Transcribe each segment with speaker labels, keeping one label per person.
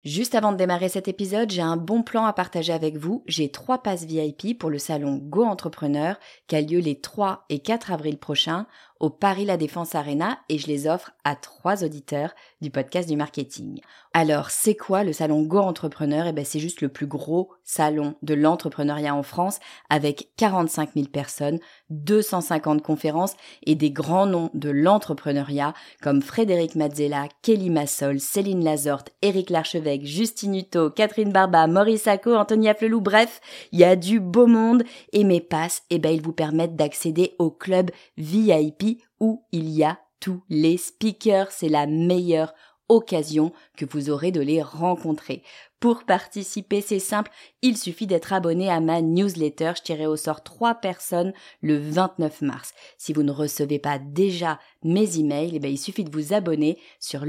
Speaker 1: Juste avant de démarrer cet épisode, j'ai un bon plan à partager avec vous. J'ai 3 passes VIP pour le salon Go Entrepreneur qui a lieu les 3 et 4 avril prochains au Paris La Défense Arena et je les offre à 3 auditeurs du podcast du marketing. Alors, c'est quoi le salon Go Entrepreneur ? C'est juste le plus gros salon de l'entrepreneuriat en France avec 45 000 personnes, 250 conférences et des grands noms de l'entrepreneuriat comme Frédéric Mazzella, Kelly Massol, Céline Lazorte, Éric Larchevêque, Justine Hutto, Catherine Barba, Maurice Sacco, Antonia Flelou, bref, il y a du beau monde et mes passes, ils vous permettent d'accéder au club VIP où il y a tous les speakers. C'est la meilleure occasion que vous aurez de les rencontrer. Pour participer, c'est simple, il suffit d'être abonné à ma newsletter. Je tirerai au sort 3 personnes le 29 mars. Si vous ne recevez pas déjà mes emails, il suffit de vous abonner sur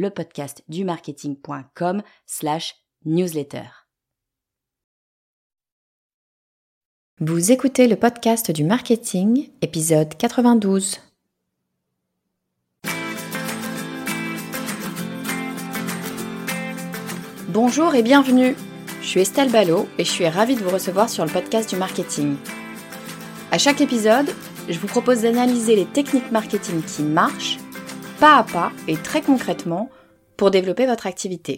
Speaker 1: lepodcastdumarketing.com/newsletter. Vous écoutez le podcast du marketing, épisode 92. Bonjour et bienvenue. Je suis Estelle Ballot et je suis ravie de vous recevoir sur le podcast du marketing. À chaque épisode, je vous propose d'analyser les techniques marketing qui marchent, pas à pas et très concrètement, pour développer votre activité.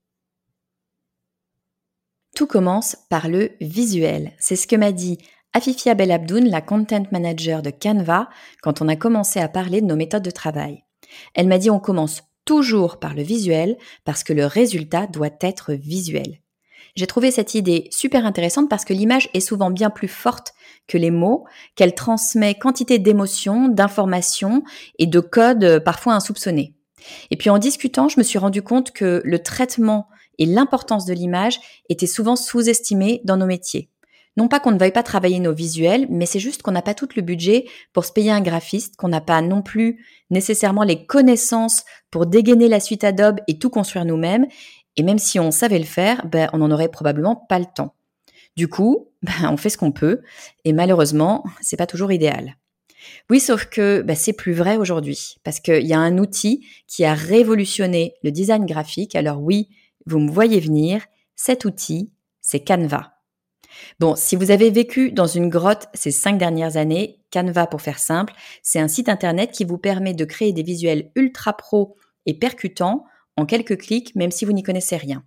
Speaker 1: Tout commence par le visuel. C'est ce que m'a dit Afifia Belabdoun, la content manager de Canva, quand on a commencé à parler de nos méthodes de travail. Elle m'a dit on commence toujours par le visuel parce que le résultat doit être visuel. J'ai trouvé cette idée super intéressante parce que l'image est souvent bien plus forte que les mots, qu'elle transmet quantité d'émotions, d'informations et de codes parfois insoupçonnés. Et puis en discutant, je me suis rendu compte que le traitement et l'importance de l'image étaient souvent sous-estimés dans nos métiers. Non pas qu'on ne veuille pas travailler nos visuels, mais c'est juste qu'on n'a pas tout le budget pour se payer un graphiste, qu'on n'a pas non plus nécessairement les connaissances pour dégainer la suite Adobe et tout construire nous-mêmes. Et même si on savait le faire, on n'en aurait probablement pas le temps. Du coup, on fait ce qu'on peut et malheureusement, c'est pas toujours idéal. Oui, sauf que c'est plus vrai aujourd'hui parce qu'il y a un outil qui a révolutionné le design graphique. Alors oui, vous me voyez venir, cet outil, c'est Canva. Bon, si vous avez vécu dans une grotte ces 5 dernières années, Canva, pour faire simple, c'est un site internet qui vous permet de créer des visuels ultra pro et percutants en quelques clics, même si vous n'y connaissez rien.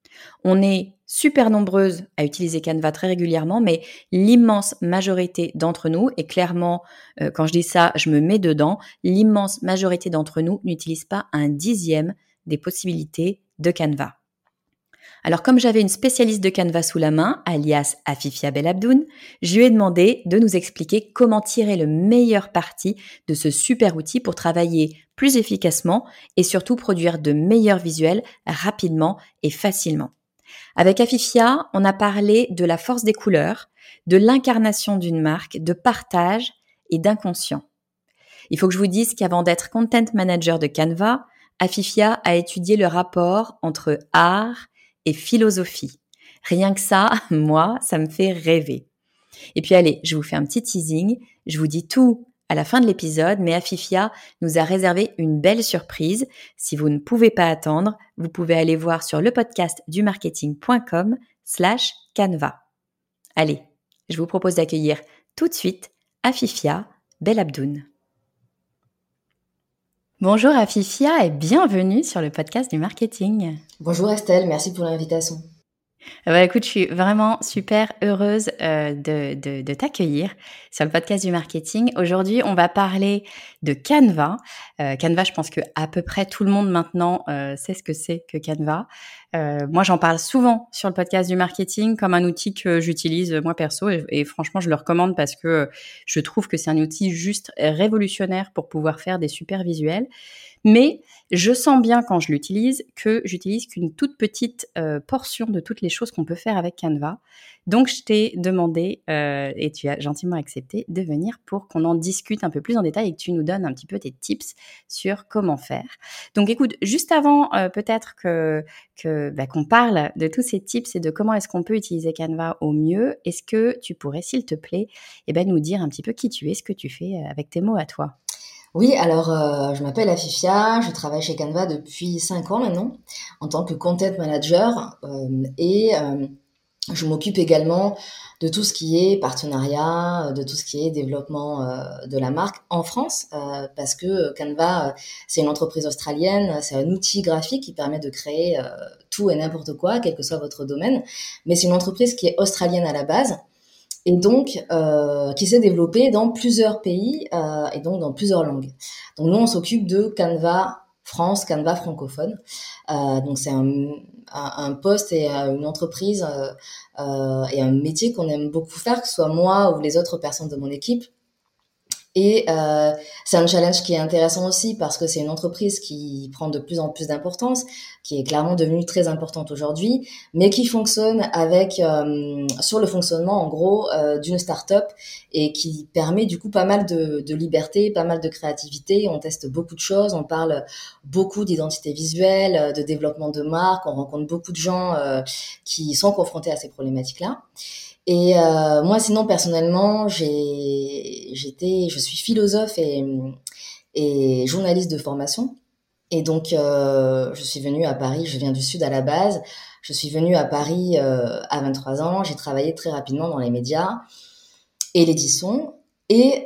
Speaker 1: On est super nombreuses à utiliser Canva très régulièrement, mais l'immense majorité d'entre nous, et clairement, quand je dis ça, je me mets dedans, l'immense majorité d'entre nous n'utilise pas un dixième des possibilités de Canva. Alors comme j'avais une spécialiste de Canva sous la main, alias Afifia Belabdoun, je lui ai demandé de nous expliquer comment tirer le meilleur parti de ce super outil pour travailler plus efficacement et surtout produire de meilleurs visuels rapidement et facilement. Avec Afifia, on a parlé de la force des couleurs, de l'incarnation d'une marque, de partage et d'inconscient. Il faut que je vous dise qu'avant d'être content manager de Canva, Afifia a étudié le rapport entre art et philosophie. Rien que ça, moi, ça me fait rêver. Et puis allez, je vous fais un petit teasing, je vous dis tout à la fin de l'épisode, mais Afifia nous a réservé une belle surprise. Si vous ne pouvez pas attendre, vous pouvez aller voir sur lepodcastdumarketing.com/Canva. Allez, je vous propose d'accueillir tout de suite Afifia Belabdoun. Bonjour Afifia et bienvenue sur le podcast du marketing.
Speaker 2: Bonjour Estelle, merci pour l'invitation.
Speaker 1: Écoute, je suis vraiment super heureuse de t'accueillir sur le podcast du marketing. Aujourd'hui, on va parler de Canva. Canva, je pense que à peu près tout le monde maintenant sait ce que c'est que Canva. Moi, j'en parle souvent sur le podcast du marketing comme un outil que j'utilise moi perso et franchement, je le recommande parce que je trouve que c'est un outil juste révolutionnaire pour pouvoir faire des super visuels. Mais je sens bien quand je l'utilise que j'utilise qu'une toute petite portion de toutes les choses qu'on peut faire avec Canva. Donc, je t'ai demandé, et tu as gentiment accepté, de venir pour qu'on en discute un peu plus en détail et que tu nous donnes un petit peu tes tips sur comment faire. Donc, écoute, juste avant peut-être qu'on parle de tous ces tips et de comment est-ce qu'on peut utiliser Canva au mieux, est-ce que tu pourrais, s'il te plaît, nous dire un petit peu qui tu es, ce que tu fais avec tes mots à toi?
Speaker 2: Oui, alors je m'appelle Afifia, je travaille chez Canva depuis 5 ans maintenant. en tant que content manager et je m'occupe également de tout ce qui est partenariat, de tout ce qui est développement de la marque en France, parce que Canva, c'est une entreprise australienne, c'est un outil graphique qui permet de créer tout et n'importe quoi, quel que soit votre domaine. Mais c'est une entreprise qui est australienne à la base et donc qui s'est développée dans plusieurs pays et donc dans plusieurs langues. Donc nous, on s'occupe de Canva France, Canva francophone. Donc c'est un poste et une entreprise et un métier qu'on aime beaucoup faire, que ce soit moi ou les autres personnes de mon équipe. Et c'est un challenge qui est intéressant aussi parce que c'est une entreprise qui prend de plus en plus d'importance, qui est clairement devenue très importante aujourd'hui, mais qui fonctionne avec sur le fonctionnement en gros d'une start-up et qui permet du coup pas mal de liberté, pas mal de créativité. On teste beaucoup de choses, on parle beaucoup d'identité visuelle, de développement de marque, on rencontre beaucoup de gens qui sont confrontés à ces problématiques-là. Et moi, sinon, personnellement, je suis philosophe et journaliste de formation. Et donc, je suis venue à Paris, je viens du Sud à la base. Je suis venue à Paris à 23 ans. J'ai travaillé très rapidement dans les médias et l'édition. Et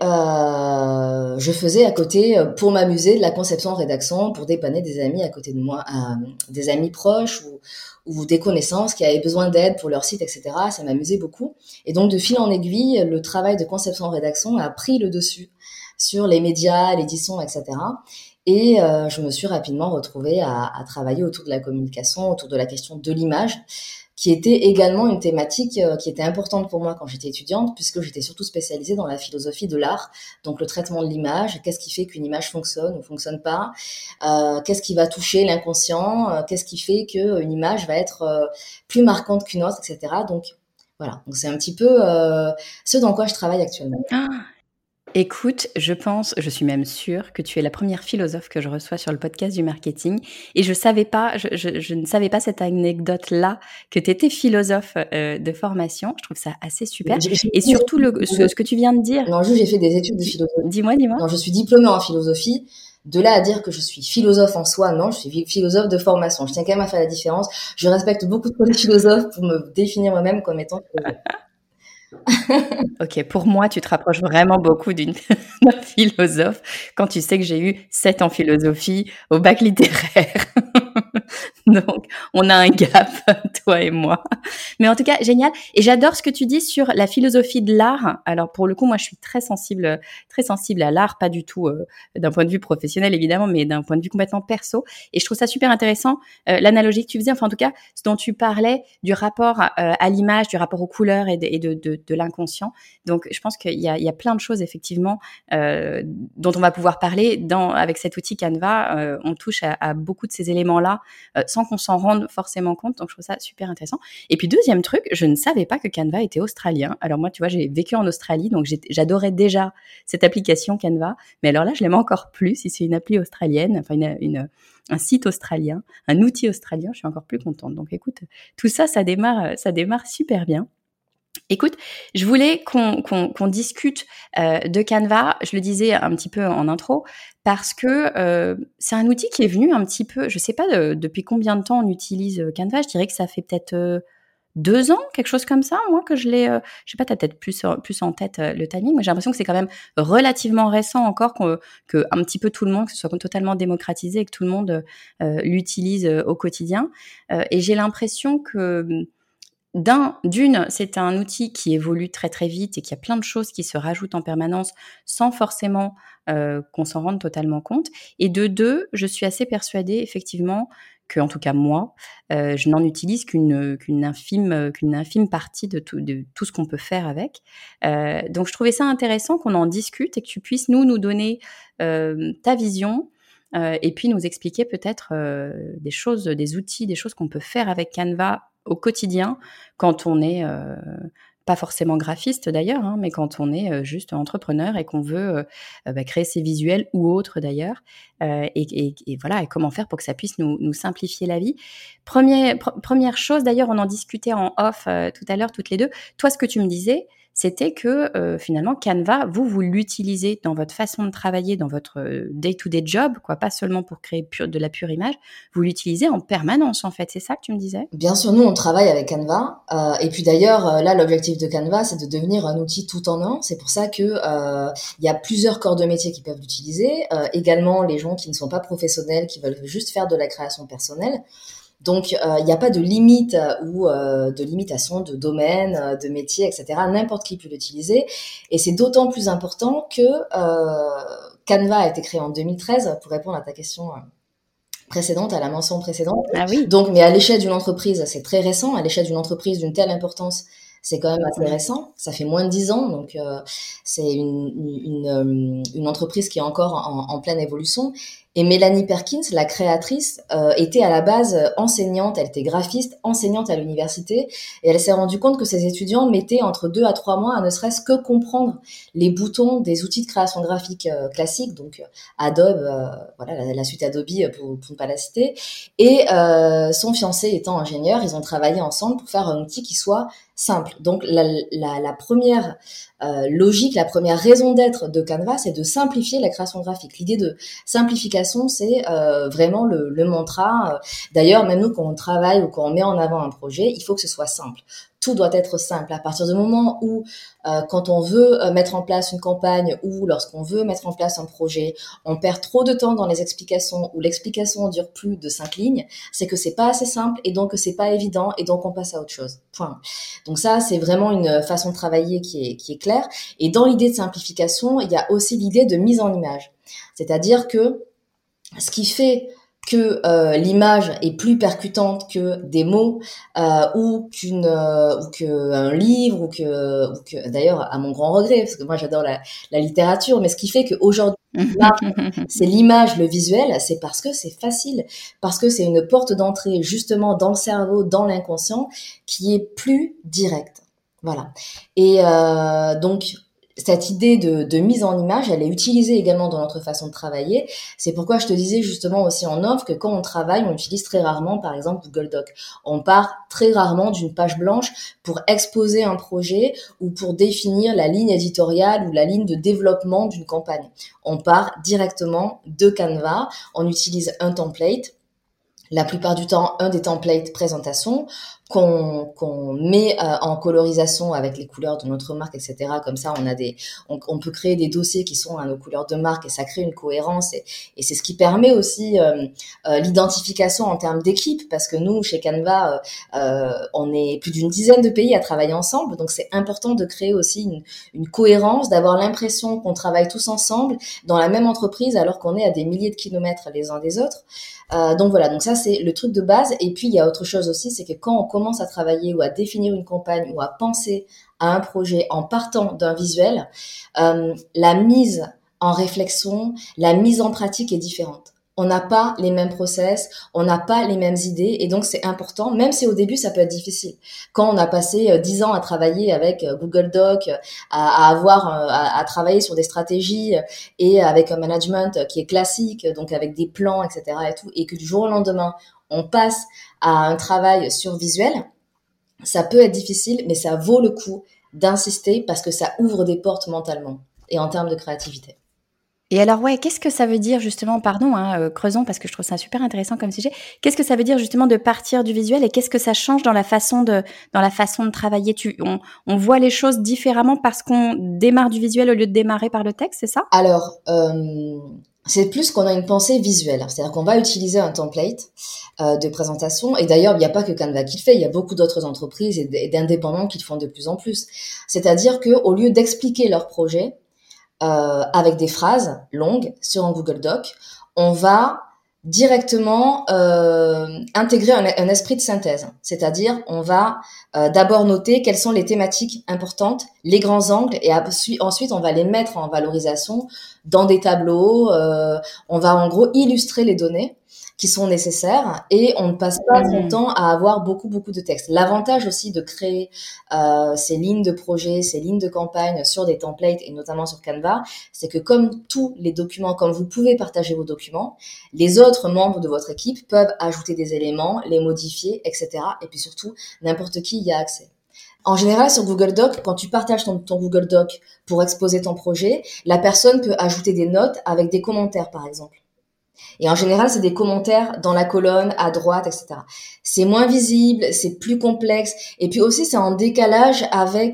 Speaker 2: je faisais à côté, pour m'amuser, de la conception-rédaction, pour dépanner des amis à côté de moi, des amis proches ou des connaissances qui avaient besoin d'aide pour leur site, etc. Ça m'amusait beaucoup. Et donc, de fil en aiguille, le travail de conception-rédaction a pris le dessus sur les médias, l'édition, etc. Et je me suis rapidement retrouvée à travailler autour de la communication, autour de la question de l'image, qui était également une thématique qui était importante pour moi quand j'étais étudiante, puisque j'étais surtout spécialisée dans la philosophie de l'art, donc le traitement de l'image, qu'est-ce qui fait qu'une image fonctionne ou fonctionne pas, qu'est-ce qui va toucher l'inconscient, qu'est-ce qui fait qu'une image va être plus marquante qu'une autre, etc. Donc voilà, donc c'est un petit peu ce dans quoi je travaille actuellement.
Speaker 1: Ah, écoute, je suis même sûre que tu es la première philosophe que je reçois sur le podcast du marketing. Et je ne savais pas cette anecdote-là, que tu étais philosophe de formation. Je trouve ça assez super. Et surtout, ce que tu viens de dire.
Speaker 2: Non, juste j'ai fait des études de philosophie.
Speaker 1: Dis-moi.
Speaker 2: Non, je suis diplômée en philosophie. De là à dire que je suis philosophe en soi, non, je suis philosophe de formation. Je tiens quand même à faire la différence. Je respecte beaucoup de philosophes pour me définir moi-même comme étant philosophe.
Speaker 1: Ok, pour moi, tu te rapproches vraiment beaucoup d'un philosophe quand tu sais que j'ai eu 7 en philosophie au bac littéraire. Donc, on a un gap, toi et moi. Mais en tout cas, génial. Et j'adore ce que tu dis sur la philosophie de l'art. Alors, pour le coup, moi, je suis très sensible à l'art, pas du tout d'un point de vue professionnel, évidemment, mais d'un point de vue complètement perso. Et je trouve ça super intéressant, l'analogie que tu faisais, enfin, en tout cas, ce dont tu parlais du rapport à l'image, du rapport aux couleurs et de l'inconscient. Donc, je pense qu'il y a plein de choses, effectivement, dont on va pouvoir parler avec cet outil Canva. On touche à beaucoup de ces éléments-là sans qu'on s'en rende forcément compte. Donc, je trouve ça super intéressant. Et puis, deuxième truc, je ne savais pas que Canva était australien. Alors, moi, tu vois, j'ai vécu en Australie, donc j'adorais déjà cette application Canva. Mais alors là, je l'aime encore plus si c'est une appli australienne, enfin, un site australien, un outil australien, je suis encore plus contente. Donc, écoute, tout ça, ça démarre super bien. Écoute, je voulais qu'on discute de Canva, je le disais un petit peu en intro, parce que c'est un outil qui est venu un petit peu, je sais pas depuis combien de temps on utilise Canva, je dirais que ça fait peut-être 2 ans, quelque chose comme ça, moi, que je l'ai, je sais pas, t'as peut-être plus en tête le timing, mais j'ai l'impression que c'est quand même relativement récent encore que un petit peu tout le monde, que ce soit totalement démocratisé et que tout le monde l'utilise au quotidien. Et j'ai l'impression que d'une, c'est un outil qui évolue très très vite et qu'il y a plein de choses qui se rajoutent en permanence sans forcément qu'on s'en rende totalement compte. Et de deux, je suis assez persuadée effectivement que, en tout cas moi, je n'en utilise qu'une infime partie de tout ce qu'on peut faire avec. Donc je trouvais ça intéressant qu'on en discute et que tu puisses nous donner ta vision. Et puis nous expliquer peut-être des choses, des outils, des choses qu'on peut faire avec Canva au quotidien quand on est pas forcément graphiste d'ailleurs, hein, mais quand on est juste entrepreneur et qu'on veut créer ses visuels ou autres d'ailleurs, et voilà, et comment faire pour que ça puisse nous simplifier la vie. Première chose, d'ailleurs, on en discutait en off tout à l'heure toutes les deux. Toi, ce que tu me disais, c'était que finalement Canva, vous l'utilisez dans votre façon de travailler, dans votre day-to-day job, quoi, pas seulement pour créer de la pure image, vous l'utilisez en permanence en fait, c'est ça que tu me disais?
Speaker 2: Bien sûr, nous, on travaille avec Canva. Et puis d'ailleurs, là, l'objectif de Canva, c'est de devenir un outil tout en un. C'est pour ça que il y a plusieurs corps de métier qui peuvent l'utiliser. Également, les gens qui ne sont pas professionnels, qui veulent juste faire de la création personnelle. Donc, il n'y a pas de limite ou de limitation de domaine, de métier, etc. N'importe qui peut l'utiliser. Et c'est d'autant plus important que Canva a été créé en 2013, pour répondre à ta question précédente, à la mention précédente.
Speaker 1: Ah oui.
Speaker 2: Donc, mais à l'échelle d'une entreprise, c'est très récent. À l'échelle d'une entreprise d'une telle importance, c'est quand même assez récent. Ça fait moins de 10 ans, donc c'est une entreprise qui est encore en pleine évolution. Et Mélanie Perkins, la créatrice, était à la base enseignante, elle était graphiste, enseignante à l'université, et elle s'est rendue compte que ses étudiants mettaient entre 2 à 3 mois à ne serait-ce que comprendre les boutons des outils de création graphique classiques, donc Adobe, voilà la suite Adobe pour ne pas la citer. Et son fiancé étant ingénieur, ils ont travaillé ensemble pour faire un outil qui soit simple. Donc la première logique, la première raison d'être de Canva, c'est de simplifier la création graphique. L'idée de simplification, c'est vraiment le mantra. D'ailleurs, même nous, quand on travaille ou quand on met en avant un projet, il faut que ce soit simple. Tout doit être simple. À partir du moment où, quand on veut mettre en place une campagne ou lorsqu'on veut mettre en place un projet, on perd trop de temps dans les explications ou l'explication dure plus de 5 lignes, c'est que c'est pas assez simple et donc que c'est pas évident et donc on passe à autre chose. Point. Donc ça, c'est vraiment une façon de travailler qui est claire. Et dans l'idée de simplification, il y a aussi l'idée de mise en image. C'est-à-dire que ce qui fait que l'image est plus percutante que des mots ou qu'un livre ou que d'ailleurs à mon grand regret parce que moi j'adore la littérature, mais ce qui fait qu'aujourd'hui c'est l'image, le visuel, c'est parce que c'est facile, parce que c'est une porte d'entrée justement dans le cerveau, dans l'inconscient, qui est plus directe. Voilà. Et donc cette idée de mise en image, elle est utilisée également dans notre façon de travailler. C'est pourquoi je te disais justement aussi en off que quand on travaille, on utilise très rarement, par exemple, Google Doc. On part très rarement d'une page blanche pour exposer un projet ou pour définir la ligne éditoriale ou la ligne de développement d'une campagne. On part directement de Canva, on utilise un template, la plupart du temps un des templates présentation qu'on met en colorisation avec les couleurs de notre marque, etc. Comme ça, on peut créer des dossiers qui sont à nos couleurs de marque et ça crée une cohérence et c'est ce qui permet aussi l'identification en termes d'équipe parce que nous, chez Canva, on est plus d'une dizaine de pays à travailler ensemble, donc c'est important de créer aussi une cohérence, d'avoir l'impression qu'on travaille tous ensemble dans la même entreprise alors qu'on est à des milliers de kilomètres les uns des autres. Donc voilà, donc ça c'est le truc de base. Et puis il y a autre chose aussi, c'est que quand on commence à travailler ou à définir une campagne ou à penser à un projet en partant d'un visuel, la mise en réflexion, la mise en pratique est différente. On n'a pas les mêmes process, on n'a pas les mêmes idées et donc c'est important, même si au début ça peut être difficile. Quand on a passé 10 ans à travailler avec Google Doc, à travailler sur des stratégies et avec un management qui est classique, donc avec des plans, etc. et tout, et que du jour au lendemain, on passe à un travail sur visuel, ça peut être difficile, mais ça vaut le coup d'insister parce que ça ouvre des portes mentalement et en termes de créativité.
Speaker 1: Et alors, ouais, qu'est-ce que ça veut dire justement, pardon, creusons parce que je trouve ça super intéressant comme sujet. Qu'est-ce que ça veut dire justement de partir du visuel et qu'est-ce que ça change dans la façon de travailler? On voit les choses différemment parce qu'on démarre du visuel au lieu de démarrer par le texte, c'est ça?
Speaker 2: Alors, c'est plus qu'on a une pensée visuelle. C'est-à-dire qu'on va utiliser un template de présentation. Et d'ailleurs, il n'y a pas que Canva qui le fait. Il y a beaucoup d'autres entreprises et d'indépendants qui le font de plus en plus. C'est-à-dire qu'au lieu d'expliquer leur projet avec des phrases longues sur un Google Doc, on va directement intégrer un esprit de synthèse. C'est-à-dire, on va d'abord noter quelles sont les thématiques importantes, les grands angles, et ensuite, on va les mettre en valorisation dans des tableaux. On va en gros illustrer les données qui sont nécessaires et on ne passe pas son temps à avoir beaucoup de textes. L'avantage aussi de créer ces lignes de projet, ces lignes de campagne sur des templates et notamment sur Canva, c'est que comme tous les documents, comme vous pouvez partager vos documents, les autres membres de votre équipe peuvent ajouter des éléments, les modifier, etc. Et puis surtout, n'importe qui y a accès. En général, sur Google Doc, quand tu partages ton Google Doc pour exposer ton projet, la personne peut ajouter des notes avec des commentaires, par exemple. Et en général, c'est des commentaires dans la colonne, à droite, etc. C'est moins visible, c'est plus complexe. Et puis aussi, c'est en décalage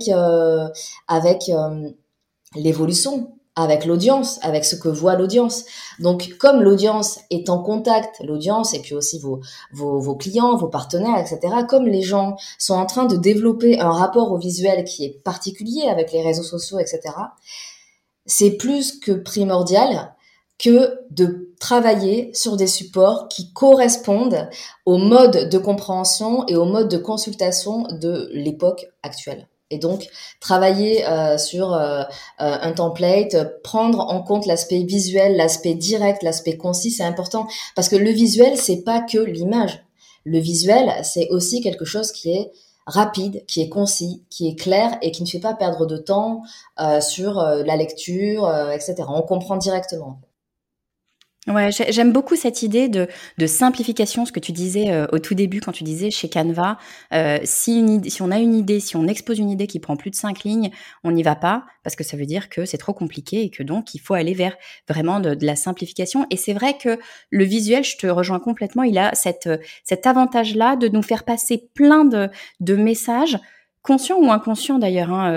Speaker 2: avec l'évolution, avec l'audience, avec ce que voit l'audience. Donc, comme l'audience est en contact, l'audience et puis aussi vos clients, vos partenaires, etc., comme les gens sont en train de développer un rapport au visuel qui est particulier avec les réseaux sociaux, etc., c'est plus que primordial que de travailler sur des supports qui correspondent au mode de compréhension et au mode de consultation de l'époque actuelle. Et donc, travailler sur un template, prendre en compte l'aspect visuel, l'aspect direct, l'aspect concis, c'est important. Parce que le visuel, c'est pas que l'image. Le visuel, c'est aussi quelque chose qui est rapide, qui est concis, qui est clair et qui ne fait pas perdre de temps sur la lecture, etc. On comprend directement.
Speaker 1: Ouais, j'aime beaucoup cette idée de simplification, ce que tu disais au tout début quand tu disais chez Canva, si on a une idée, si on expose une idée qui prend plus de 5 lignes, on n'y va pas parce que ça veut dire que c'est trop compliqué et que donc il faut aller vers vraiment de la simplification. Et c'est vrai que le visuel, je te rejoins complètement, il a cet avantage-là de nous faire passer plein de messages conscients ou inconscients d'ailleurs, hein,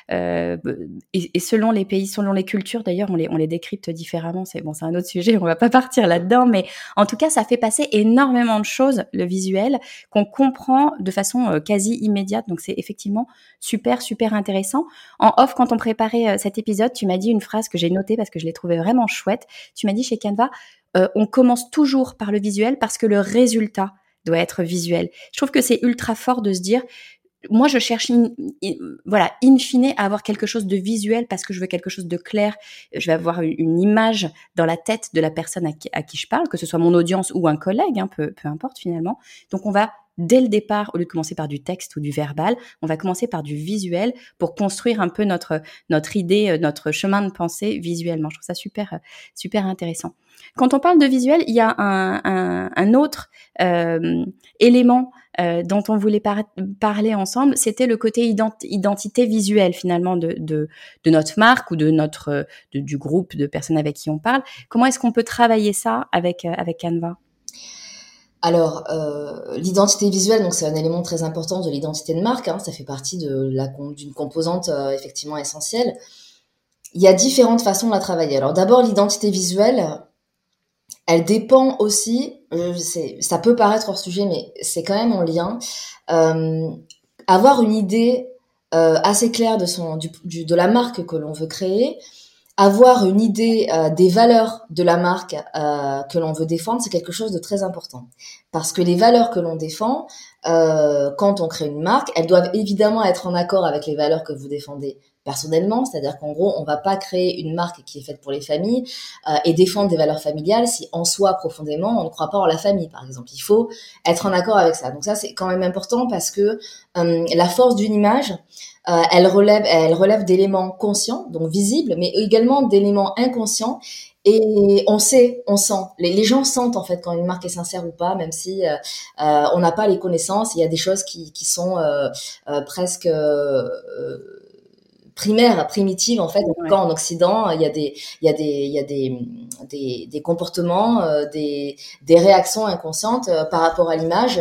Speaker 1: et selon les pays, selon les cultures d'ailleurs, on les décrypte différemment. C'est un autre sujet, on va pas partir là-dedans, mais en tout cas, ça fait passer énormément de choses, le visuel, qu'on comprend de façon quasi immédiate. Donc c'est effectivement super, super intéressant. En off, quand on préparait cet épisode, tu m'as dit une phrase que j'ai notée parce que je l'ai trouvée vraiment chouette. Tu m'as dit chez Canva, on commence toujours par le visuel parce que le résultat doit être visuel. Je trouve que c'est ultra fort de se dire, moi, je cherche, voilà, in fine, à avoir quelque chose de visuel parce que je veux quelque chose de clair. Je vais avoir une image dans la tête de la personne à qui je parle, que ce soit mon audience ou un collègue, hein, peu importe finalement. Donc, on va, dès le départ, au lieu de commencer par du texte ou du verbal, on va commencer par du visuel pour construire un peu notre idée, notre chemin de pensée visuellement. Je trouve ça super, super intéressant. Quand on parle de visuel, il y a un autre élément dont on voulait parler ensemble, c'était le côté identité visuelle finalement de notre marque ou du groupe de personnes avec qui on parle. Comment est-ce qu'on peut travailler ça avec Canva?
Speaker 2: Alors, l'identité visuelle, donc c'est un élément très important de l'identité de marque, hein, ça fait partie d'une composante effectivement essentielle. Il y a différentes façons de la travailler. Alors d'abord, l'identité visuelle, elle dépend aussi, ça peut paraître hors sujet, mais c'est quand même en lien. Avoir une idée assez claire de la marque que l'on veut créer, avoir une idée des valeurs de la marque que l'on veut défendre, c'est quelque chose de très important. Parce que les valeurs que l'on défend, quand on crée une marque, elles doivent évidemment être en accord avec les valeurs que vous défendez personnellement. C'est-à-dire qu'en gros, on va pas créer une marque qui est faite pour les familles et défendre des valeurs familiales si en soi, profondément, on ne croit pas en la famille, par exemple. Il faut être en accord avec ça. Donc ça, c'est quand même important parce que la force d'une image, elle relève d'éléments conscients, donc visibles, mais également d'éléments inconscients. Et on sent, les gens sentent en fait quand une marque est sincère ou pas, même si on n'a pas les connaissances. Il y a des choses qui sont presque primaires, primitives en fait.
Speaker 1: Ouais.
Speaker 2: Quand en Occident, il y a des comportements, des réactions inconscientes par rapport à l'image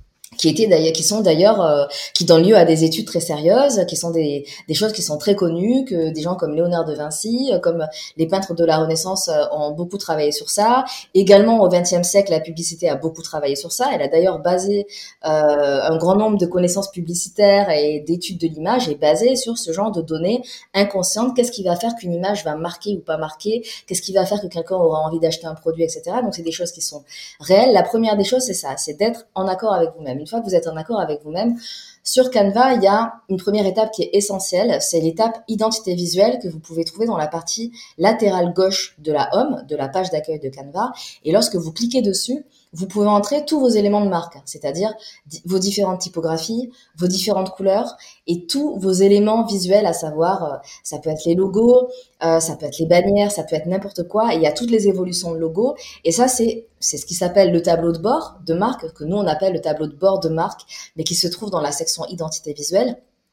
Speaker 2: qui donnent lieu à des études très sérieuses, qui sont des choses qui sont très connues, que des gens comme Léonard de Vinci, comme les peintres de la Renaissance ont beaucoup travaillé sur ça. Également au XXe siècle, la publicité a beaucoup travaillé sur ça. Elle a d'ailleurs basé un grand nombre de connaissances publicitaires et d'études de l'image est basée sur ce genre de données inconscientes. Qu'est-ce qui va faire qu'une image va marquer ou pas marquer? Qu'est-ce qui va faire que quelqu'un aura envie d'acheter un produit, etc. Donc c'est des choses qui sont réelles. La première des choses, c'est ça, c'est d'être en accord avec vous-même. Une fois que vous êtes en accord avec vous-même, sur Canva, il y a une première étape qui est essentielle, c'est l'étape identité visuelle que vous pouvez trouver dans la partie latérale gauche de la home, de la page d'accueil de Canva. Et lorsque vous cliquez dessus, vous pouvez entrer tous vos éléments de marque, c'est-à-dire vos différentes typographies, vos différentes couleurs et tous vos éléments visuels, à savoir, ça peut être les logos, ça peut être les bannières, ça peut être n'importe quoi. Et il y a toutes les évolutions de logos. Et ça, c'est ce qui s'appelle le tableau de bord de marque, que nous, on appelle le tableau de bord de marque, mais qui se trouve dans la section identité visuelle.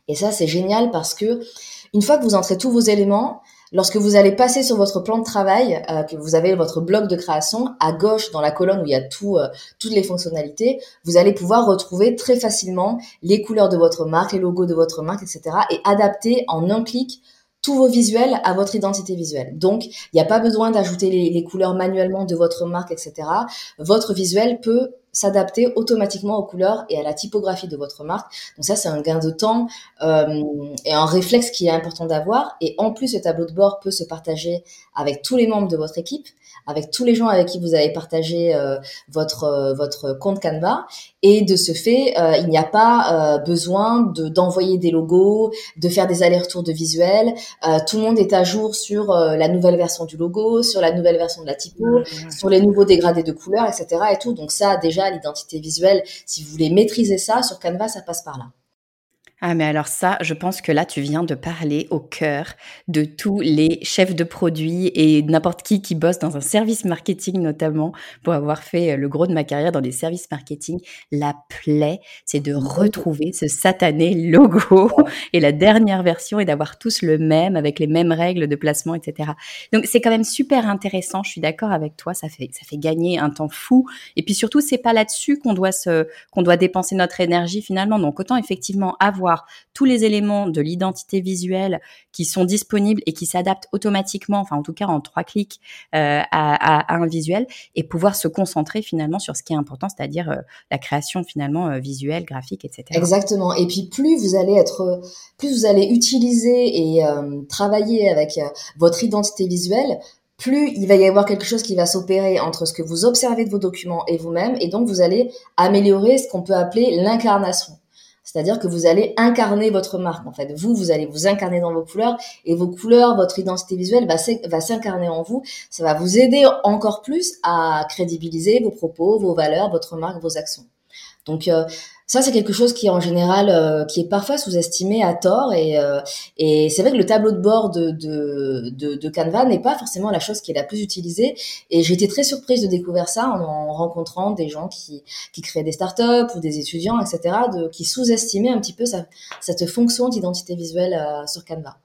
Speaker 2: Et ça, c'est génial parce que une fois que vous entrez tous vos éléments, lorsque vous allez passer sur votre plan de travail, que vous avez votre bloc de création, à gauche, dans la colonne où il y a toutes les fonctionnalités, vous allez pouvoir retrouver très facilement les couleurs de votre marque, les logos de votre marque, etc. et adapter en un clic tous vos visuels à votre identité visuelle. Donc, il n'y a pas besoin d'ajouter les couleurs manuellement de votre marque, etc. Votre visuel peut s'adapter automatiquement aux couleurs et à la typographie de votre marque. Donc ça, c'est un gain de temps et un réflexe qui est important d'avoir. Et en plus, ce tableau de bord peut se partager avec tous les membres de votre équipe, avec tous les gens avec qui vous avez partagé votre compte Canva. Et de ce fait, il n'y a pas besoin d'envoyer des logos, de faire des allers-retours de visuels. Tout le monde est à jour sur la nouvelle version du logo, sur la nouvelle version de la typo, sur les nouveaux dégradés de couleurs, etc. et tout. Donc ça, déjà, l'identité visuelle, si vous voulez maîtriser ça, sur Canva, ça passe par là.
Speaker 1: Ah, mais alors ça, je pense que là, tu viens de parler au cœur de tous les chefs de produits et n'importe qui bosse dans un service marketing notamment, pour avoir fait le gros de ma carrière dans des services marketing. La plaie, c'est de retrouver ce satané logo et la dernière version et d'avoir tous le même avec les mêmes règles de placement, etc. Donc, c'est quand même super intéressant. Je suis d'accord avec toi. Ça fait gagner un temps fou. Et puis surtout, c'est pas là-dessus qu'on doit dépenser notre énergie finalement. Donc, autant effectivement avoir tous les éléments de l'identité visuelle qui sont disponibles et qui s'adaptent automatiquement, enfin en tout cas en 3 clics à un visuel, et pouvoir se concentrer finalement sur ce qui est important, c'est-à-dire la création finalement visuelle, graphique, etc.
Speaker 2: Exactement. Et puis plus vous allez utiliser et travailler avec votre identité visuelle, plus il va y avoir quelque chose qui va s'opérer entre ce que vous observez de vos documents et vous-même, et donc vous allez améliorer ce qu'on peut appeler l'incarnation. C'est-à-dire que vous allez incarner votre marque. En fait, vous allez vous incarner dans vos couleurs, et vos couleurs, votre identité visuelle va s'incarner en vous. Ça va vous aider encore plus à crédibiliser vos propos, vos valeurs, votre marque, vos actions. Donc ça, c'est quelque chose qui est en général qui est parfois sous-estimé à tort, et c'est vrai que le tableau de bord de Canva n'est pas forcément la chose qui est la plus utilisée, et j'ai été très surprise de découvrir ça en rencontrant des gens qui créent des startups ou des étudiants, etc., qui sous-estimaient un petit peu cette fonction d'identité visuelle sur Canva.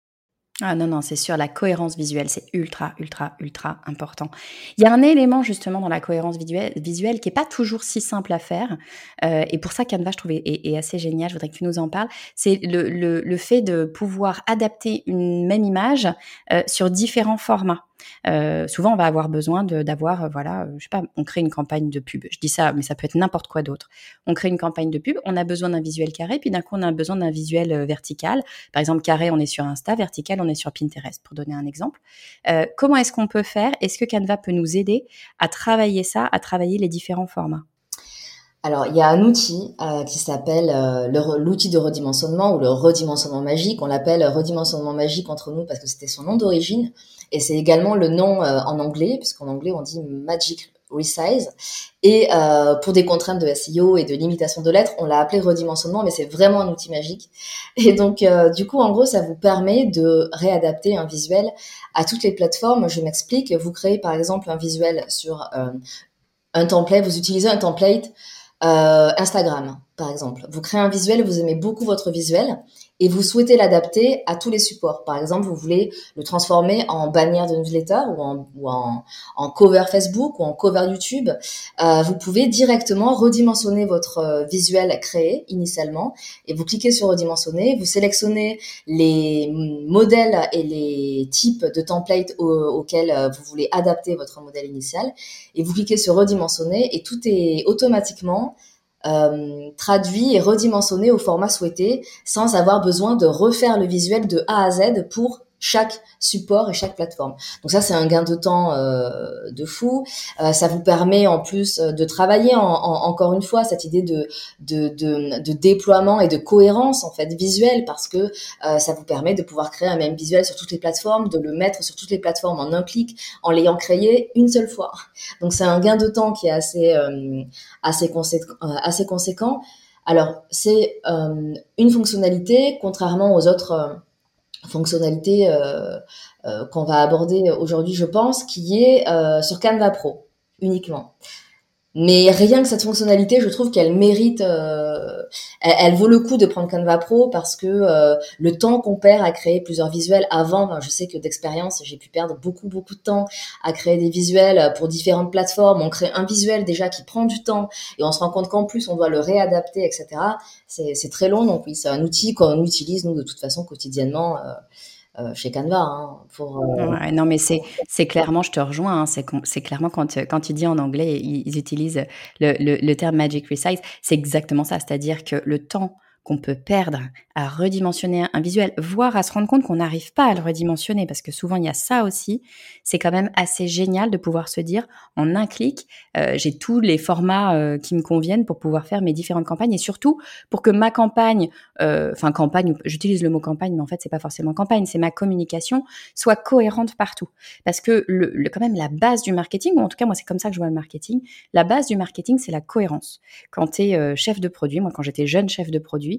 Speaker 1: Ah non, non, c'est sûr, la cohérence visuelle, c'est ultra, ultra, ultra important. Il y a un élément justement dans la cohérence visuelle qui est pas toujours si simple à faire, et pour ça Canva, je trouve, est assez génial. Je voudrais que tu nous en parles. C'est le fait de pouvoir adapter une même image sur différents formats. Souvent, on va avoir besoin d'avoir, voilà, je sais pas, on crée une campagne de pub. Je dis ça, mais ça peut être n'importe quoi d'autre. On crée une campagne de pub, on a besoin d'un visuel carré, puis d'un coup, on a besoin d'un visuel vertical. Par exemple, carré, on est sur Insta, vertical, on est sur Pinterest, pour donner un exemple. Comment est-ce qu'on peut faire? Est-ce que Canva peut nous aider à travailler ça, à travailler les différents formats?
Speaker 2: Alors, il y a un outil qui s'appelle l'outil de redimensionnement, ou le redimensionnement magique. On l'appelle redimensionnement magique entre nous parce que c'était son nom d'origine, et c'est également le nom en anglais, puisqu'en anglais on dit Magic Resize. Et pour des contraintes de SEO et de limitation de lettres, on l'a appelé redimensionnement, mais c'est vraiment un outil magique. Et donc, du coup, en gros, ça vous permet de réadapter un visuel à toutes les plateformes. Je m'explique. Vous créez par exemple un visuel sur un template, vous utilisez un template Instagram, par exemple. Vous créez un visuel, vous aimez beaucoup votre visuel et vous souhaitez l'adapter à tous les supports. Par exemple, vous voulez le transformer en bannière de newsletter ou en cover Facebook ou en cover YouTube. Vous pouvez directement redimensionner votre visuel créé initialement, et vous cliquez sur redimensionner, vous sélectionnez les modèles et les types de templates auxquels vous voulez adapter votre modèle initial, et vous cliquez sur redimensionner, et tout est automatiquement traduit et redimensionné au format souhaité, sans avoir besoin de refaire le visuel de A à Z pour chaque support et chaque plateforme. Donc ça, c'est un gain de temps de fou. Ça vous permet en plus de travailler encore une fois cette idée de déploiement et de cohérence en fait visuelle, parce que ça vous permet de pouvoir créer un même visuel sur toutes les plateformes, de le mettre sur toutes les plateformes en un clic, en l'ayant créé une seule fois. Donc c'est un gain de temps qui est assez conséquent. Alors c'est une fonctionnalité, contrairement aux autres fonctionnalité qu'on va aborder aujourd'hui, je pense, qui est sur Canva Pro uniquement. Mais rien que cette fonctionnalité, je trouve qu'elle mérite, elle vaut le coup de prendre Canva Pro parce que le temps qu'on perd à créer plusieurs visuels avant, ben, je sais que d'expérience, j'ai pu perdre beaucoup de temps à créer des visuels pour différentes plateformes. On crée un visuel déjà qui prend du temps et on se rend compte qu'en plus on doit le réadapter, etc. C'est très long, donc oui, c'est un outil qu'on utilise nous de toute façon quotidiennement chez Canva hein, pour.
Speaker 1: Ouais, non, mais c'est clairement, je te rejoins, hein, c'est clairement quand tu dis en anglais, ils utilisent le terme magic resize, c'est exactement ça, c'est-à-dire que le temps qu'on peut perdre à redimensionner un visuel, voire à se rendre compte qu'on n'arrive pas à le redimensionner, parce que souvent il y a ça aussi, c'est quand même assez génial de pouvoir se dire en un clic, j'ai tous les formats qui me conviennent pour pouvoir faire mes différentes campagnes et surtout pour que ma campagne, campagne, j'utilise le mot campagne, mais en fait c'est pas forcément campagne, c'est ma communication soit cohérente partout. Parce que quand même la base du marketing, ou en tout cas moi c'est comme ça que je vois le marketing, la base du marketing c'est la cohérence. Quand tu es chef de produit, moi quand j'étais jeune chef de produit,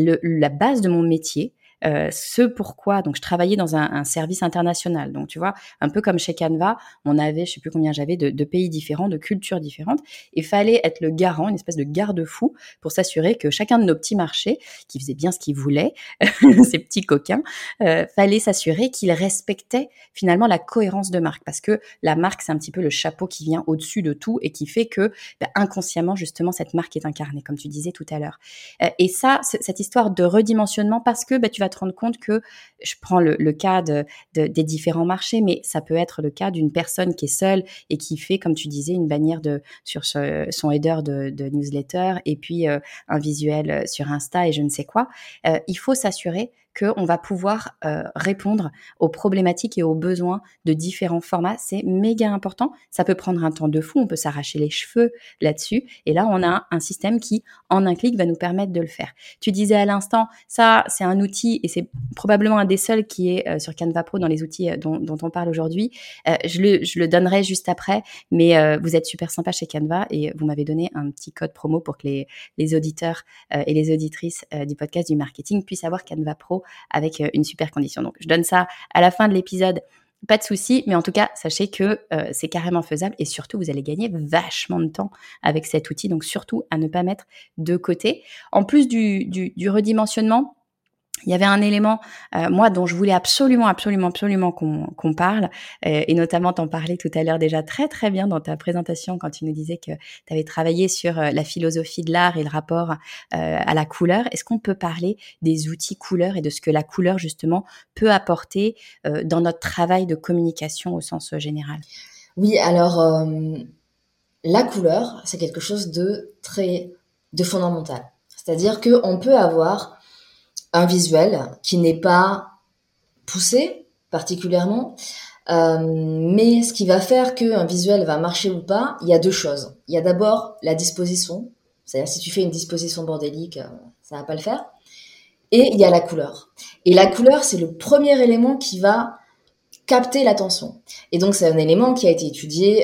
Speaker 1: la base de mon métier, ce pourquoi, donc je travaillais dans un service international, donc tu vois, un peu comme chez Canva, on avait, je sais plus combien j'avais, de pays différents, de cultures différentes, et fallait être le garant, une espèce de garde-fou pour s'assurer que chacun de nos petits marchés, qui faisaient bien ce qu'ils voulaient, ces petits coquins, fallait s'assurer qu'ils respectaient finalement la cohérence de marque, parce que la marque, c'est un petit peu le chapeau qui vient au-dessus de tout et qui fait que inconsciemment, justement, cette marque est incarnée, comme tu disais tout à l'heure. Et ça, cette histoire de redimensionnement, parce que tu vas te rendre compte que, je prends le cas des différents marchés, mais ça peut être le cas d'une personne qui est seule et qui fait, comme tu disais, une bannière sur son header de newsletter et puis un visuel sur Insta et je ne sais quoi. Il faut s'assurer qu'on va pouvoir répondre aux problématiques et aux besoins de différents formats. C'est méga important. Ça peut prendre un temps de fou. On peut s'arracher les cheveux là-dessus. Et là, on a un système qui, en un clic, va nous permettre de le faire. Tu disais à l'instant, ça, c'est un outil et c'est probablement un des seuls qui est sur Canva Pro dans les outils dont on parle aujourd'hui. Je le donnerai juste après, mais vous êtes super sympa chez Canva et vous m'avez donné un petit code promo pour que les auditeurs et les auditrices du podcast du marketing puissent avoir Canva Pro avec une super condition. Donc, je donne ça à la fin de l'épisode. Pas de souci, mais en tout cas, sachez que c'est carrément faisable et surtout, vous allez gagner vachement de temps avec cet outil. Donc, surtout à ne pas mettre de côté. En plus du redimensionnement, il y avait un élément, moi, dont je voulais absolument qu'on parle, et notamment t'en parlais tout à l'heure déjà très très bien dans ta présentation quand tu nous disais que tu avais travaillé sur la philosophie de l'art et le rapport à la couleur. Est-ce qu'on peut parler des outils couleurs et de ce que la couleur justement peut apporter dans notre travail de communication au sens général?
Speaker 2: Oui, alors la couleur, c'est quelque chose de fondamental. C'est-à-dire qu'on peut avoir un visuel qui n'est pas poussé particulièrement, mais ce qui va faire qu'un visuel va marcher ou pas, il y a deux choses. Il y a d'abord la disposition, c'est-à-dire si tu fais une disposition bordélique, ça va pas le faire. Et il y a la couleur. Et la couleur, c'est le premier élément qui va capter l'attention. Et donc c'est un élément qui a été étudié,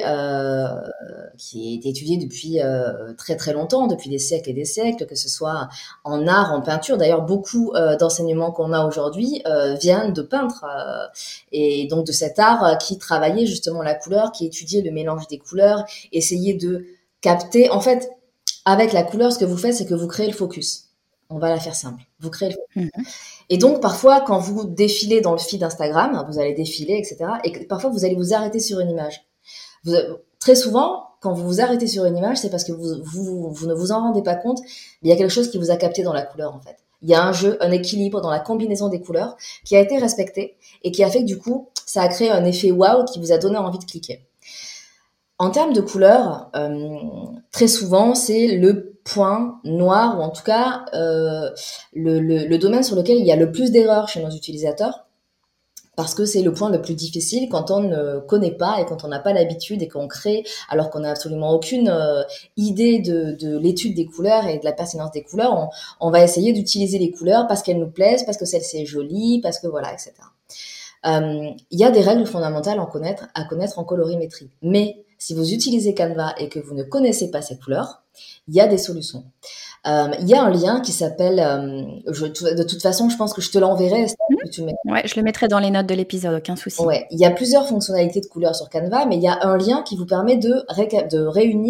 Speaker 2: depuis très très longtemps, depuis des siècles et des siècles, que ce soit en art, en peinture. D'ailleurs, beaucoup d'enseignements qu'on a aujourd'hui viennent de peintres et donc de cet art qui travaillait justement la couleur, qui étudiait le mélange des couleurs, essayait de capter. En fait, avec la couleur, ce que vous faites, c'est que vous créez le focus. On va la faire simple. Vous créez le focus. Et donc, parfois, quand vous défilez dans le feed Instagram, vous allez défiler, etc. Et parfois, vous allez vous arrêter sur une image. Très souvent, quand vous vous arrêtez sur une image, c'est parce que vous ne vous en rendez pas compte, mais il y a quelque chose qui vous a capté dans la couleur, en fait. Il y a un jeu, un équilibre dans la combinaison des couleurs qui a été respecté et qui a fait que, du coup, ça a créé un effet waouh qui vous a donné envie de cliquer. En termes de couleurs, très souvent, c'est le point noir, ou en tout cas le domaine sur lequel il y a le plus d'erreurs chez nos utilisateurs, parce que c'est le point le plus difficile quand on ne connaît pas et quand on n'a pas l'habitude et qu'on crée alors qu'on n'a absolument aucune idée de l'étude des couleurs et de la pertinence des couleurs. On va essayer d'utiliser les couleurs parce qu'elles nous plaisent, parce que celle-ci est jolie, parce que voilà, etc. Il y a des règles fondamentales à connaître en colorimétrie. Mais si vous utilisez Canva et que vous ne connaissez pas ces couleurs, il y a des solutions. Il y a un lien qui s'appelle... de toute façon, je pense que je te l'enverrai.
Speaker 1: Ouais, je le mettrai dans les notes de l'épisode, aucun souci.
Speaker 2: Ouais, il y a plusieurs fonctionnalités de couleurs sur Canva, mais il y a un lien qui vous permet de réunir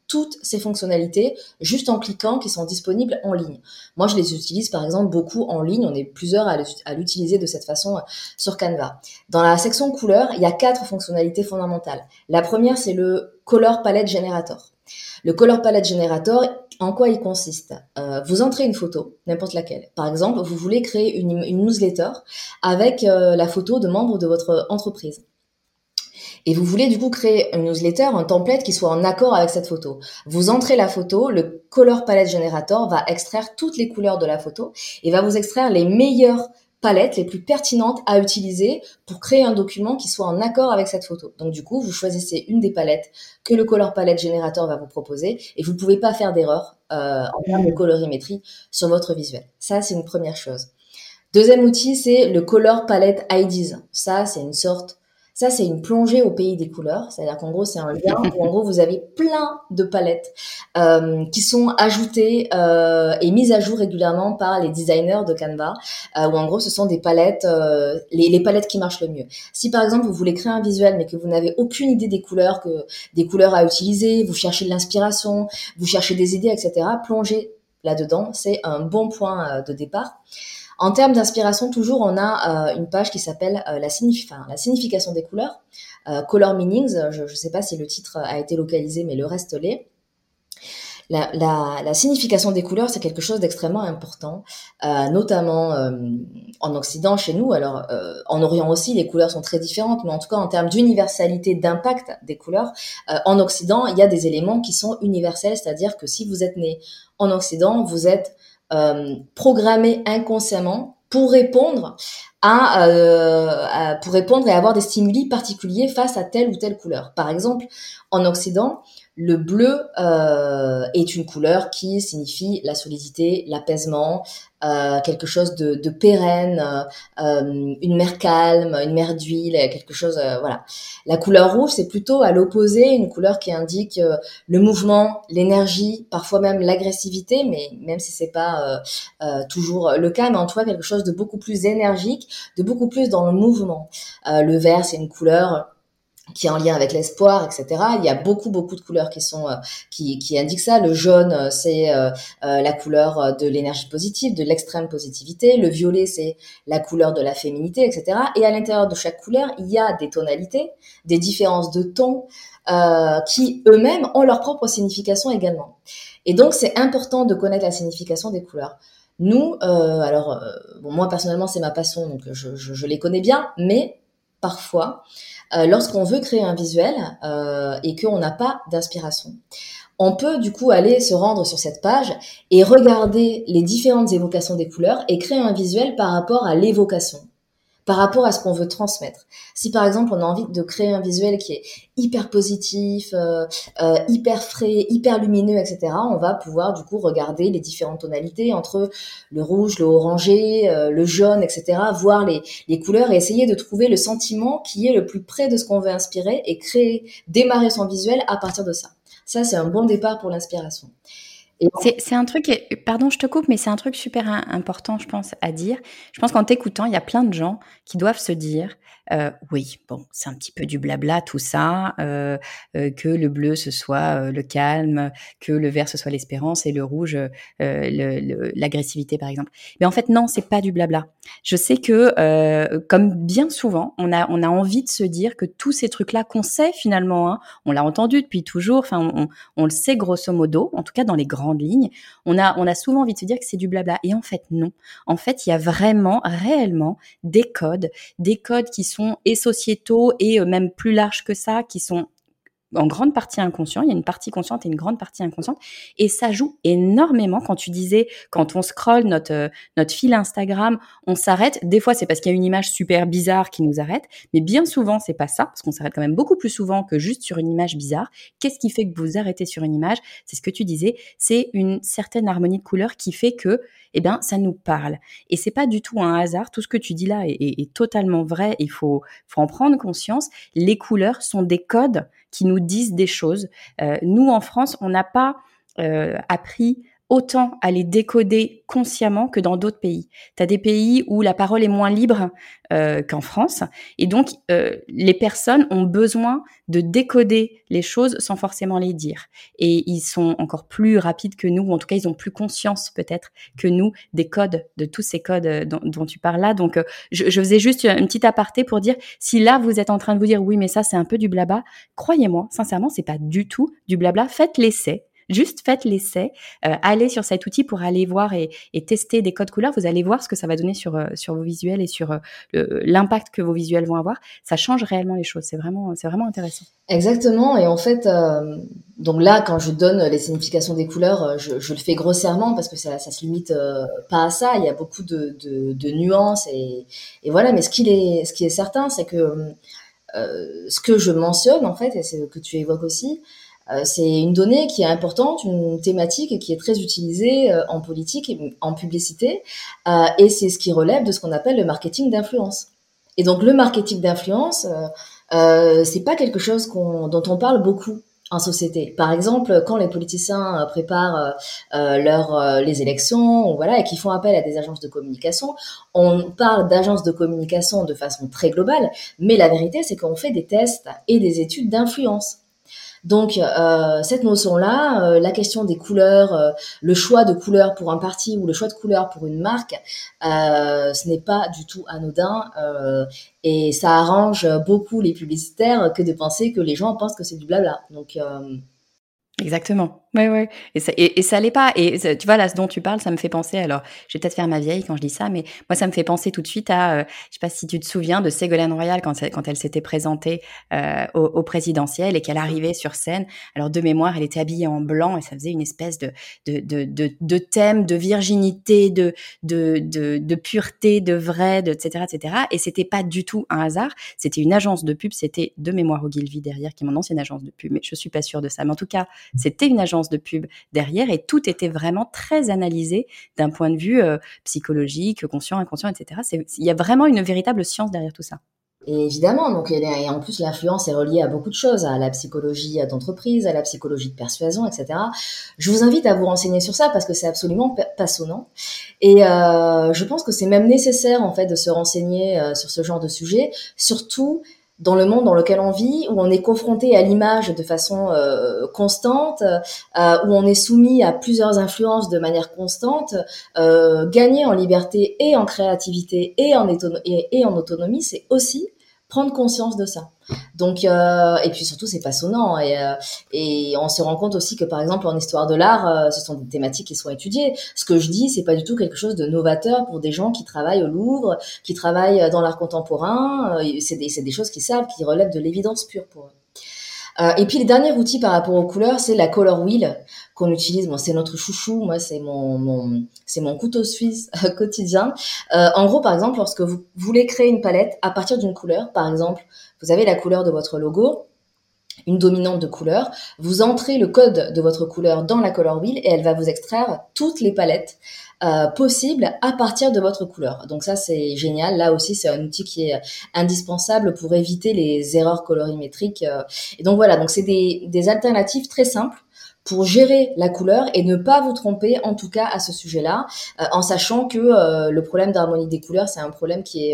Speaker 2: toutes ces fonctionnalités juste en cliquant, qui sont disponibles en ligne. Moi, je les utilise par exemple beaucoup en ligne. On est plusieurs à l'utiliser de cette façon sur Canva. Dans la section couleurs, il y a 4 fonctionnalités fondamentales. La première, c'est le Color Palette Generator. Le Color Palette Generator, en quoi il consiste? Vous entrez une photo, n'importe laquelle. Par exemple, vous voulez créer une newsletter avec la photo de membres de votre entreprise. Et vous voulez du coup créer une newsletter, un template qui soit en accord avec cette photo. Vous entrez la photo, le Color Palette Generator va extraire toutes les couleurs de la photo et va vous extraire les meilleures palettes les plus pertinentes à utiliser pour créer un document qui soit en accord avec cette photo. Donc du coup, vous choisissez une des palettes que le Color Palette Generator va vous proposer et vous ne pouvez pas faire d'erreur en termes de colorimétrie sur votre visuel. Ça, c'est une première chose. Deuxième outil, c'est le Color Palette IDs. Ça, c'est une plongée au pays des couleurs. C'est-à-dire qu'en gros, c'est un lien où en gros, vous avez plein de palettes qui sont ajoutées et mises à jour régulièrement par les designers de Canva, où en gros, ce sont des palettes, les palettes qui marchent le mieux. Si par exemple, vous voulez créer un visuel, mais que vous n'avez aucune idée des couleurs à utiliser, vous cherchez de l'inspiration, vous cherchez des idées, etc., plongez là-dedans. C'est un bon point de départ. En termes d'inspiration, toujours, on a une page qui s'appelle la signification des couleurs, Color Meanings. Je ne sais pas si le titre a été localisé, mais le reste l'est. La signification des couleurs, c'est quelque chose d'extrêmement important, notamment en Occident, chez nous. Alors, en Orient aussi, les couleurs sont très différentes, mais en tout cas, en termes d'universalité, d'impact des couleurs, en Occident, il y a des éléments qui sont universels, c'est-à-dire que si vous êtes né en Occident, vous êtes programmé inconsciemment pour répondre et avoir des stimuli particuliers face à telle ou telle couleur. Par exemple, en Occident, le bleu est une couleur qui signifie la solidité, l'apaisement, quelque chose de pérenne, une mer calme, une mer d'huile, quelque chose, voilà. La couleur rouge, c'est plutôt à l'opposé, une couleur qui indique le mouvement, l'énergie, parfois même l'agressivité, mais même si c'est pas toujours le cas, mais en tout cas quelque chose de beaucoup plus énergique, de beaucoup plus dans le mouvement. Le vert, c'est une couleur qui est en lien avec l'espoir, etc. Il y a beaucoup de couleurs qui sont qui indiquent ça. Le jaune, c'est la couleur de l'énergie positive, de l'extrême positivité. Le violet, c'est la couleur de la féminité, etc. Et à l'intérieur de chaque couleur, il y a des tonalités, des différences de tons qui eux-mêmes ont leur propre signification également. Et donc, c'est important de connaître la signification des couleurs. Nous, bon, moi personnellement, c'est ma passion, donc je les connais bien, mais parfois, lorsqu'on veut créer un visuel et qu'on n'a pas d'inspiration, on peut du coup aller se rendre sur cette page et regarder les différentes évocations des couleurs et créer un visuel par rapport à l'évocation, par rapport à ce qu'on veut transmettre. Si par exemple on a envie de créer un visuel qui est hyper positif, hyper frais, hyper lumineux, etc., on va pouvoir du coup regarder les différentes tonalités entre le rouge, le orangé, le jaune, etc., voir les couleurs et essayer de trouver le sentiment qui est le plus près de ce qu'on veut inspirer et démarrer son visuel à partir de ça. Ça, c'est un bon départ pour l'inspiration.
Speaker 1: C'est un truc, pardon, je te coupe, mais c'est un truc super important, je pense, à dire. Je pense qu'en t'écoutant, il y a plein de gens qui doivent se dire, oui, bon, c'est un petit peu du blabla tout ça, que le bleu ce soit le calme, que le vert ce soit l'espérance et le rouge l'agressivité par exemple. Mais en fait non, c'est pas du blabla. Je sais que comme bien souvent, on a envie de se dire que tous ces trucs-là qu'on sait finalement, hein, on l'a entendu depuis toujours, enfin on le sait grosso modo, en tout cas dans les grandes lignes, on a souvent envie de se dire que c'est du blabla. Et en fait, non. En fait, il y a vraiment, réellement, des codes qui sont et sociétaux et même plus larges que ça, qui sont en grande partie inconscients. Il y a une partie consciente et une grande partie inconsciente. Et ça joue énormément. Quand tu disais, quand on scrolle notre fil Instagram, on s'arrête. Des fois, c'est parce qu'il y a une image super bizarre qui nous arrête. Mais bien souvent, c'est pas ça, parce qu'on s'arrête quand même beaucoup plus souvent que juste sur une image bizarre. Qu'est-ce qui fait que vous arrêtez sur une image? C'est ce que tu disais. C'est une certaine harmonie de couleurs qui fait que, eh bien, ça nous parle. Et c'est pas du tout un hasard. Tout ce que tu dis là est totalement vrai. Il faut en prendre conscience. Les couleurs sont des codes qui nous disent des choses. Nous, en France, on n'a pas appris autant à les décoder consciemment que dans d'autres pays. Tu as des pays où la parole est moins libre qu'en France, et donc les personnes ont besoin de décoder les choses sans forcément les dire. Et ils sont encore plus rapides que nous, ou en tout cas ils ont plus conscience peut-être que nous des codes, de tous ces codes dont tu parles là. Donc je faisais juste une petite aparté pour dire, si là vous êtes en train de vous dire oui mais ça c'est un peu du blabla, croyez-moi, sincèrement c'est pas du tout du blabla. Faites l'essai. Juste faites l'essai, allez sur cet outil pour aller voir et tester des codes couleurs. Vous allez voir ce que ça va donner sur vos visuels et sur l'impact que vos visuels vont avoir. Ça change réellement les choses. C'est vraiment intéressant.
Speaker 2: Exactement. Et en fait, donc là, quand je donne les significations des couleurs, je le fais grossièrement parce que ça se limite pas à ça. Il y a beaucoup de nuances et voilà. Mais ce qui est certain, c'est que ce que je mentionne en fait, et c'est ce que tu évoques aussi, c'est une donnée qui est importante, une thématique et qui est très utilisée en politique et en publicité, et c'est ce qui relève de ce qu'on appelle le marketing d'influence. Et donc le marketing d'influence, c'est pas quelque chose dont on parle beaucoup en société. Par exemple, quand les politiciens préparent les élections, voilà, et qu'ils font appel à des agences de communication, on parle d'agences de communication de façon très globale, mais la vérité, c'est qu'on fait des tests et des études d'influence. Donc cette notion-là, la question des couleurs, le choix de couleurs pour un parti ou le choix de couleurs pour une marque, ce n'est pas du tout anodin et ça arrange beaucoup les publicitaires que de penser que les gens pensent que c'est du blabla. Donc
Speaker 1: Exactement. Ouais, ouais. Et ça l'est pas. Et tu vois, là, ce dont tu parles, ça me fait penser, alors, je vais peut-être faire ma vieille quand je dis ça, mais moi, ça me fait penser tout de suite à, je sais pas si tu te souviens de Ségolène Royal quand elle s'était présentée au présidentiel et qu'elle arrivait sur scène. Alors, de mémoire, elle était habillée en blanc et ça faisait une espèce de thème, de virginité, de pureté, de vrai, etc., etc. Et c'était pas du tout un hasard. C'était une agence de pub. C'était de mémoire Ogilvy derrière, qui est mon ancienne agence de pub, mais je suis pas sûre de ça. Mais en tout cas, c'était une agence de pub derrière et tout était vraiment très analysé d'un point de vue psychologique, conscient, inconscient, etc. Il y a vraiment une véritable science derrière tout ça.
Speaker 2: et évidemment, donc et en plus l'influence est reliée à beaucoup de choses, à la psychologie d'entreprise, à la psychologie de persuasion, etc. Je vous invite à vous renseigner sur ça parce que c'est absolument passionnant. Et je pense que c'est même nécessaire en fait de se renseigner sur ce genre de sujet, surtout dans le monde dans lequel on vit, où on est confronté à l'image de façon constante, où on est soumis à plusieurs influences de manière constante. Gagner en liberté et en créativité et en autonomie, c'est aussi prendre conscience de ça. Donc, et puis surtout, c'est passionnant et on se rend compte aussi que, par exemple, en histoire de l'art, ce sont des thématiques qui sont étudiées. Ce que je dis, c'est pas du tout quelque chose de novateur pour des gens qui travaillent au Louvre, qui travaillent dans l'art contemporain. C'est des choses qu'ils savent, qui relèvent de l'évidence pure pour eux. Et puis, le dernier outil par rapport aux couleurs, c'est la color wheel qu'on utilise. Bon, c'est notre chouchou. Moi, c'est mon couteau suisse quotidien. En gros, par exemple, lorsque vous voulez créer une palette à partir d'une couleur, par exemple, vous avez la couleur de votre logo, une dominante de couleur, vous entrez le code de votre couleur dans la color wheel et elle va vous extraire toutes les palettes possibles à partir de votre couleur. Donc ça, c'est génial. Là aussi, c'est un outil qui est indispensable pour éviter les erreurs colorimétriques. Et donc voilà, donc c'est des alternatives très simples pour gérer la couleur et ne pas vous tromper, en tout cas à ce sujet-là, en sachant que le problème d'harmonie des couleurs, c'est un problème qui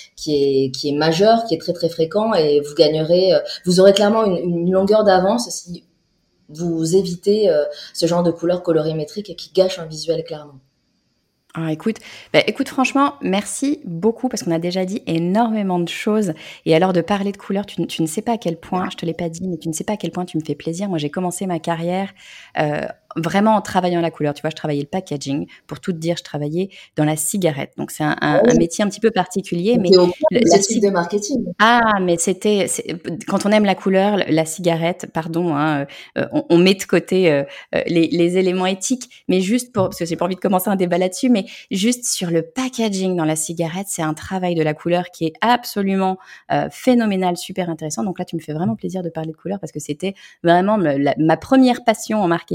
Speaker 2: est majeur, qui est très très fréquent, et vous gagnerez, vous aurez clairement une longueur d'avance si vous évitez ce genre de couleurs colorimétriques qui gâchent un visuel clairement.
Speaker 1: Ah, écoute, franchement, merci beaucoup parce qu'on a déjà dit énormément de choses. Et alors, de parler de couleurs, tu ne sais pas à quel point, je te l'ai pas dit, mais tu ne sais pas à quel point tu me fais plaisir. Moi, j'ai commencé ma carrière vraiment en travaillant la couleur. Tu vois, je travaillais le packaging. Pour tout te dire, je travaillais dans la cigarette. Donc, c'est un métier un petit peu particulier. Mais
Speaker 2: C'est au cœur de ce type de marketing.
Speaker 1: Ah, mais quand on aime la couleur, la cigarette, pardon, hein, on met de côté les éléments éthiques, mais juste parce que j'ai pas envie de commencer un débat là-dessus, mais juste sur le packaging dans la cigarette, c'est un travail de la couleur qui est absolument phénoménal, super intéressant. Donc là, tu me fais vraiment plaisir de parler de couleur parce que c'était vraiment ma première passion en marketing, tu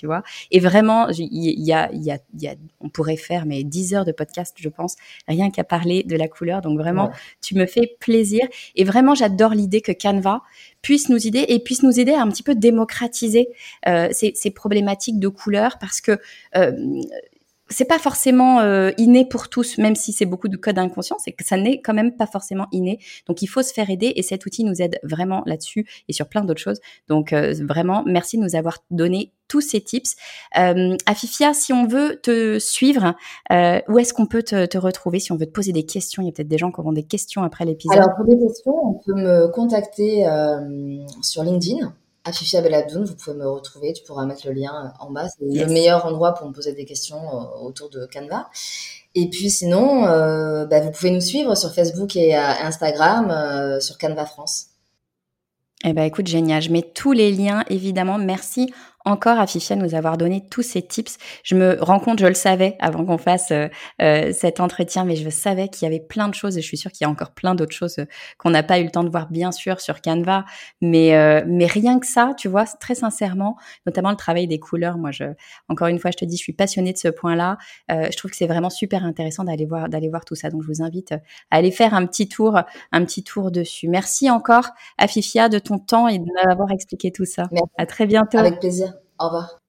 Speaker 1: vois. Et vraiment, on pourrait faire 10 heures de podcast, je pense, rien qu'à parler de la couleur. Donc vraiment, tu me fais plaisir. Et vraiment, j'adore l'idée que Canva puisse nous aider à un petit peu démocratiser ces problématiques de couleur, parce que c'est pas forcément inné pour tous, même si c'est beaucoup de code inconscient, c'est que ça n'est quand même pas forcément inné. Donc, il faut se faire aider, et cet outil nous aide vraiment là-dessus et sur plein d'autres choses. Donc, vraiment, merci de nous avoir donné tous ces tips. Afifia, si on veut te suivre, où est-ce qu'on peut te retrouver si on veut te poser des questions? Il y a peut-être des gens qui auront des questions après l'épisode.
Speaker 2: Alors, pour des questions, on peut me contacter sur LinkedIn. Afifia Belabdoun, vous pouvez me retrouver, tu pourras mettre le lien en bas. C'est le meilleur endroit pour me poser des questions autour de Canva. Et puis sinon, vous pouvez nous suivre sur Facebook et Instagram sur Canva France.
Speaker 1: Eh ben, écoute, génial. Je mets tous les liens, évidemment. Merci encore, Afifia, de nous avoir donné tous ces tips. Je me rends compte, je le savais avant qu'on fasse cet entretien, mais je savais qu'il y avait plein de choses, et je suis sûre qu'il y a encore plein d'autres choses qu'on n'a pas eu le temps de voir, bien sûr, sur Canva. Mais rien que ça, tu vois, très sincèrement, notamment le travail des couleurs. Moi, encore une fois, je te dis, je suis passionnée de ce point-là. Je trouve que c'est vraiment super intéressant d'aller voir tout ça. Donc, je vous invite à aller faire un petit tour dessus. Merci encore, Afifia, de ton temps et de m'avoir expliqué tout ça.
Speaker 2: Merci.
Speaker 1: À très bientôt.
Speaker 2: Avec plaisir. Au revoir.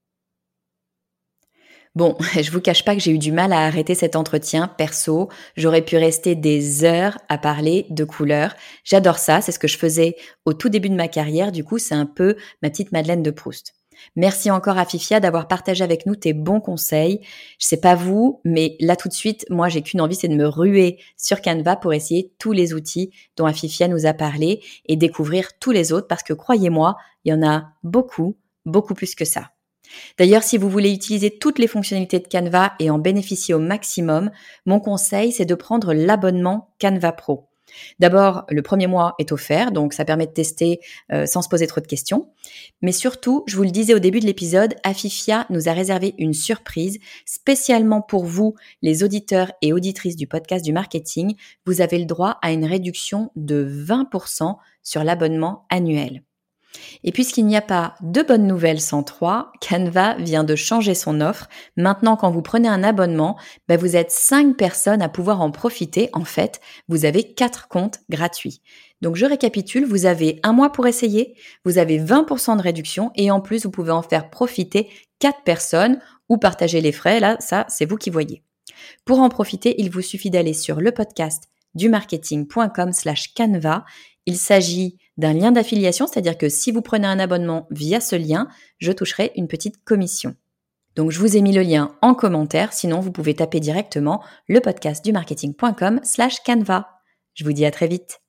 Speaker 1: Bon, je vous cache pas que j'ai eu du mal à arrêter cet entretien perso. J'aurais pu rester des heures à parler de couleurs. J'adore ça, c'est ce que je faisais au tout début de ma carrière. Du coup, c'est un peu ma petite Madeleine de Proust. Merci encore, Afifia, d'avoir partagé avec nous tes bons conseils. Je sais pas vous, mais là tout de suite, moi j'ai qu'une envie, c'est de me ruer sur Canva pour essayer tous les outils dont Afifia nous a parlé et découvrir tous les autres, parce que croyez-moi, il y en a beaucoup, beaucoup plus que ça. D'ailleurs, si vous voulez utiliser toutes les fonctionnalités de Canva et en bénéficier au maximum, mon conseil, c'est de prendre l'abonnement Canva Pro. D'abord, le premier mois est offert, donc ça permet de tester sans se poser trop de questions. Mais surtout, je vous le disais au début de l'épisode, Afifia nous a réservé une surprise spécialement pour vous, les auditeurs et auditrices du podcast du marketing. Vous avez le droit à une réduction de 20% sur l'abonnement annuel. Et puisqu'il n'y a pas de bonnes nouvelles sans trois, Canva vient de changer son offre. Maintenant, quand vous prenez un abonnement, vous êtes 5 personnes à pouvoir en profiter. En fait, vous avez 4 comptes gratuits. Donc, je récapitule, vous avez un mois pour essayer, vous avez 20% de réduction, et en plus, vous pouvez en faire profiter 4 personnes ou partager les frais. Là, ça, c'est vous qui voyez. Pour en profiter, il vous suffit d'aller sur le podcast dumarketing.com/Canva. Il s'agit d'un lien d'affiliation, c'est-à-dire que si vous prenez un abonnement via ce lien, je toucherai une petite commission. Donc, je vous ai mis le lien en commentaire. Sinon, vous pouvez taper directement le podcast dumarketing.com/Canva. Je vous dis à très vite.